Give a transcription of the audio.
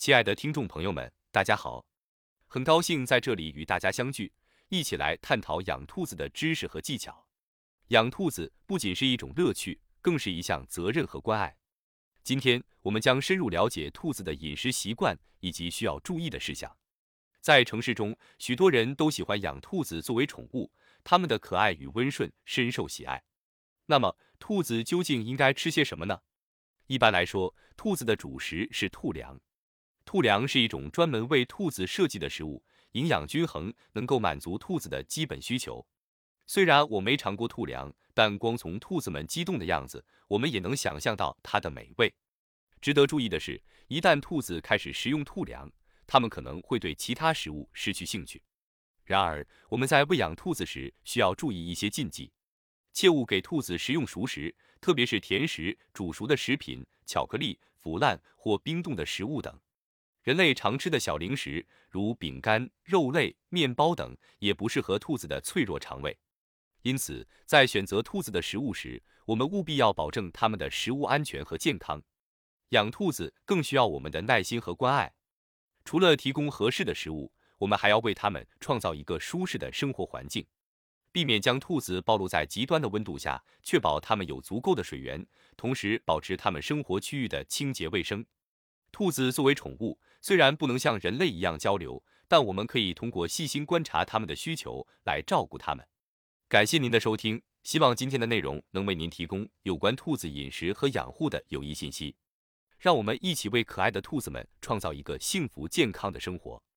亲爱的听众朋友们，大家好，很高兴在这里与大家相聚，一起来探讨养兔子的知识和技巧。养兔子不仅是一种乐趣，更是一项责任和关爱。今天我们将深入了解兔子的饮食习惯以及需要注意的事项。在城市中，许多人都喜欢养兔子作为宠物，它们的可爱与温顺深受喜爱。那么，兔子究竟应该吃些什么呢？一般来说，兔子的主食是兔粮。兔粮是一种专门为兔子设计的食物，营养均衡，能够满足兔子的基本需求。虽然我没尝过兔粮，但光从兔子们激动的样子，我们也能想象到它的美味。值得注意的是，一旦兔子开始食用兔粮，它们可能会对其他食物失去兴趣。然而，我们在喂养兔子时需要注意一些禁忌，切勿给兔子食用熟食，特别是甜食、煮熟的食品、巧克力、腐烂或冰冻的食物等。人类常吃的小零食，如饼干、肉类、面包等，也不适合兔子的脆弱肠胃。因此，在选择兔子的食物时，我们务必要保证它们的食物安全和健康。养兔子更需要我们的耐心和关爱。除了提供合适的食物，我们还要为它们创造一个舒适的生活环境，避免将兔子暴露在极端的温度下，确保它们有足够的水源，同时保持它们生活区域的清洁卫生。兔子作为宠物，虽然不能像人类一样交流，但我们可以通过细心观察它们的需求来照顾它们。感谢您的收听，希望今天的内容能为您提供有关兔子饮食和养护的有益信息。让我们一起为可爱的兔子们创造一个幸福健康的生活。